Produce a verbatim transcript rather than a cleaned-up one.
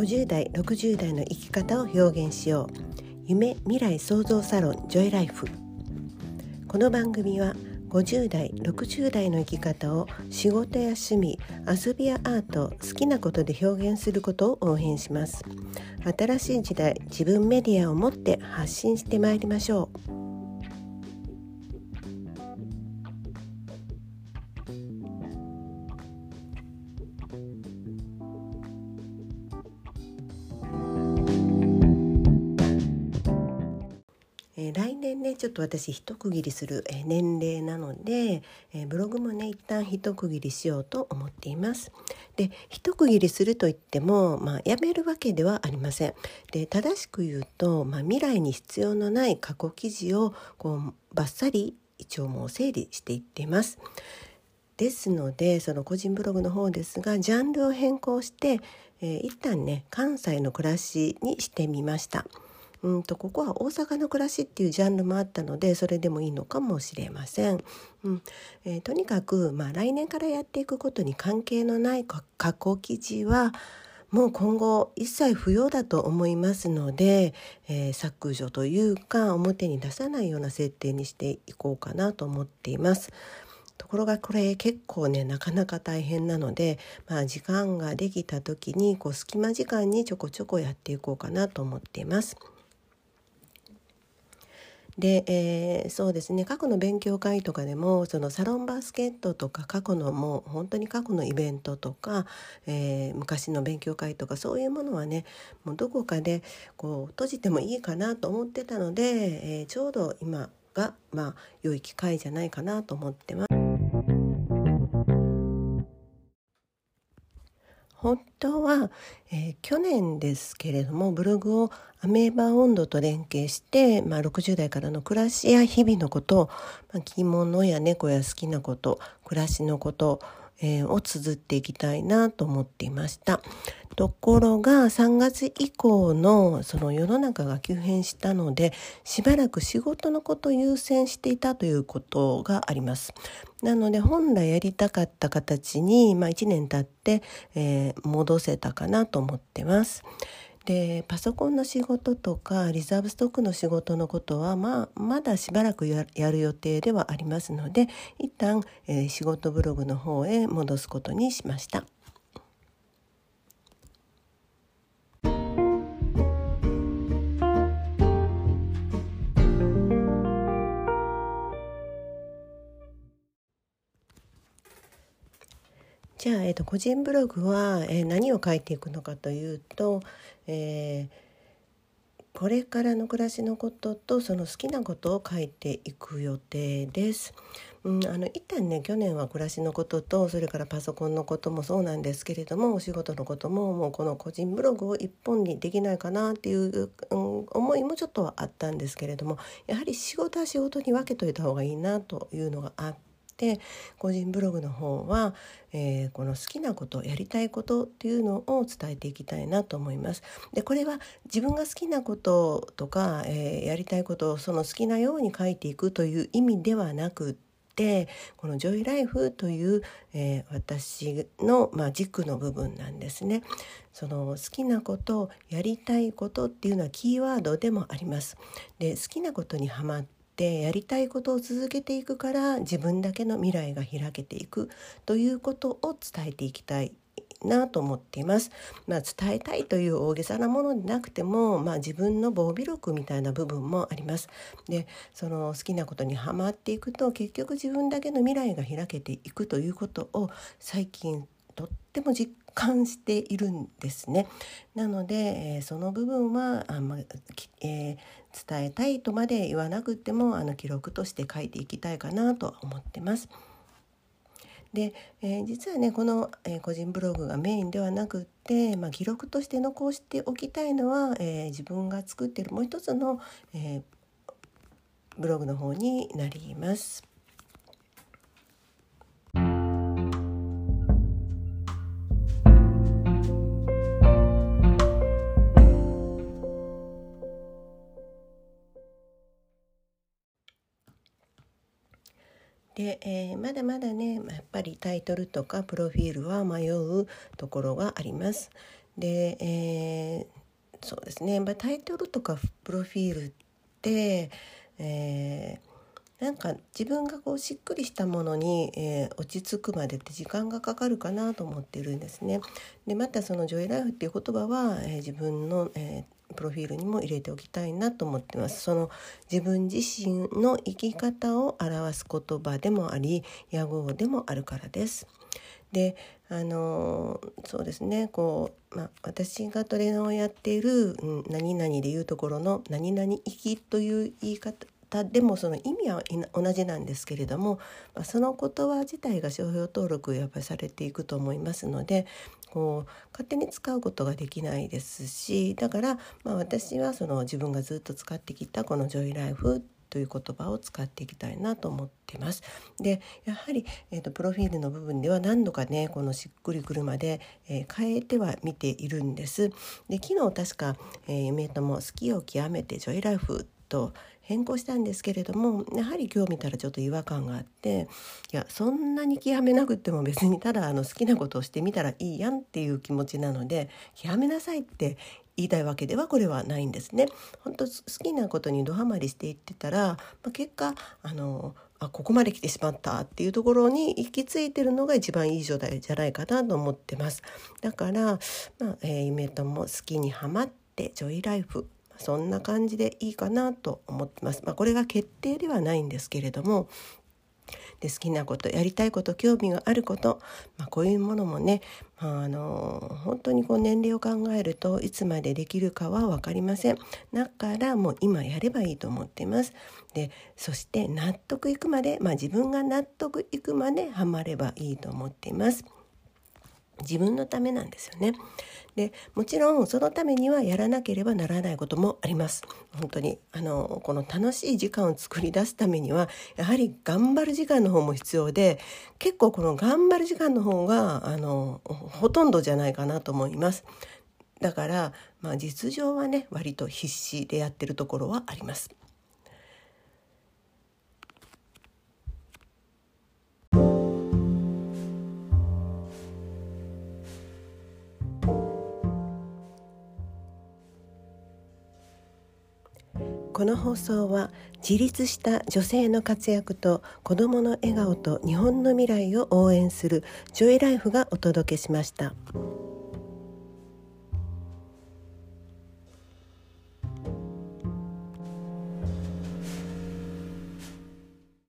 ごじゅう代ろくじゅう代の生き方を表現しよう。夢未来創造サロンジョイライフ。この番組はごじゅう代ろくじゅう代の生き方を仕事や趣味、遊びやアート、好きなことで表現することを応援します。新しい時代、自分メディアを持って発信してまいりましょう。えー、来年ねちょっと私一区切りする、えー、年齢なので、えー、ブログもね一旦一区切りしようと思っています。で一区切りするといっても、まあ、やめるわけではありません。で正しく言うと、まあ、未来に必要のない過去記事をこうバッサリ一応もう整理していっています。ですのでその個人ブログの方ですがジャンルを変更して、えー、一旦ね関西の暮らしにしてみました。うんとここは大阪の暮らしっていうジャンルもあったのでそれでもいいのかもしれません。うんえー、とにかく、まあ、来年からやっていくことに関係のない過去記事はもう今後一切不要だと思いますので、えー、削除というか表に出さないような設定にしていこうかなと思っています。ところがこれ結構ねなかなか大変なので、まあ、時間ができた時にこう隙間時間にちょこちょこやっていこうかなと思っています。で、えー、そうですね過去の勉強会とかでもそのサロンバスケットとか過去のもう本当に過去のイベントとか、えー、昔の勉強会とかそういうものはねもうどこかでこう閉じてもいいかなと思ってたので、えー、ちょうど今がまあ良い機会じゃないかなと思ってます。本当は、えー去年ですけれどもブログをアメーバ温度と連携して、まあ、ろくじゅう代からの暮らしや日々のこと、まあ、着物や猫や好きなこと暮らしのこと、えーを綴っていきたいなと思っていました。ところがさんがつ以降のその世の中が急変したのでしばらく仕事のことを優先していたということがあります。なので本来やりたかった形に、まあ、いちねん経って、えー戻せたかなと思ってます。でパソコンの仕事とかリザーブストックの仕事のことは、まあ、まだしばらくや、やる予定ではありますので一旦、えー仕事ブログの方へ戻すことにしました。じゃあ、えーと、個人ブログは、えー何を書いていくのかというと、えーこれからの暮らしのこととその好きなことを書いていく予定です。うん、あの一旦ね去年は暮らしのこととそれからパソコンのこともそうなんですけれどもお仕事のことももうこの個人ブログを一本にできないかなっていう、うん、思いもちょっとはあったんですけれどもやはり仕事は仕事に分けといた方がいいなというのがあって個人ブログの方は、えーこの好きなことやりたいことっていうのを伝えていきたいなと思います。でこれは自分が好きなこととか、えーやりたいことをその好きなように書いていくという意味ではなくってこのジョイライフという、えー私の、まあ、軸の部分なんですね。その好きなことやりたいことっていうのはキーワードでもあります。で好きなことにハマってやりたいことを続けていくから自分だけの未来が開けていくということを伝えていきたいなと思っています。まあ、伝えたいという大げさなものでなくても、まあ、自分の防備力みたいな部分もあります。でその好きなことにはまっていくと結局自分だけの未来が開けていくということを最近とっても実感しているんですね。なので、えーその部分はあ、まあきえー伝えたいとまで言わなくてもあの記録として書いていきたいかなと思ってます。で、えー実はねこの、えー個人ブログがメインではなくって、まあ、記録として残しておきたいのは、えー自分が作っているもう一つの、えーブログの方になります。で、えーまだまだねやっぱりタイトルとかプロフィールは迷うところがあります。 で、えー、そうですね、タイトルとかプロフィールって、えーなんか自分がこうしっくりしたものに、えー、落ち着くまでって時間がかかるかなと思っているんですね。でまたそのジョイライフっていう言葉は、えー、自分の、えー、プロフィールにも入れておきたいなと思ってます。その自分自身の生き方を表す言葉でもあり屋号でもあるからです。であのそうですねこう、まあ、私がトレーナーをやっている、うん、何々でいうところの何々生きという言い方でもその意味は同じなんですけれども、まあ、その言葉自体が商標登録やっぱりされていくと思いますので、こう勝手に使うことができないですし、だから、まあ、私はその自分がずっと使ってきたこのジョイライフという言葉を使っていきたいなと思っています。でやはり、えーと、プロフィールの部分では何度かねこのしっくりくるまで、えー、変えては見ているんです。で昨日確か、えー、メイトも好きを極めてジョイライフと変更したんですけれども、やはり今日見たらちょっと違和感があって、いやそんなに極めなくっても別にただあの好きなことをしてみたらいいやんっていう気持ちなので、極めなさいって言いたいわけではこれはないんですね。本当好きなことにドハマりしていってたら、まあ、結果あのあここまで来てしまったっていうところに行き着いてるのが一番いい状態じゃないかなと思ってます。だから、まあえー、夢とも好きにはまってジョイライフ、そんな感じでいいかなと思ってます。まあ、これが決定ではないんですけれども、で好きなことやりたいこと興味があること、まあ、こういうものもね、まあ、あの本当にこう年齢を考えるといつまでできるかは分かりません。だからもう今やればいいと思っています。でそして納得いくまで、まあ、自分が納得いくまでハマればいいと思っています。自分のためなんですよね。でもちろんそのためにはやらなければならないこともあります。本当にあのこの楽しい時間を作り出すためにはやはり頑張る時間の方も必要で、結構この頑張る時間の方があのほとんどじゃないかなと思います。だから、まあ、実情はね割と必死でやってるところはあります。この放送は自立した女性の活躍と子どもの笑顔と日本の未来を応援するジョイライフがお届けしました。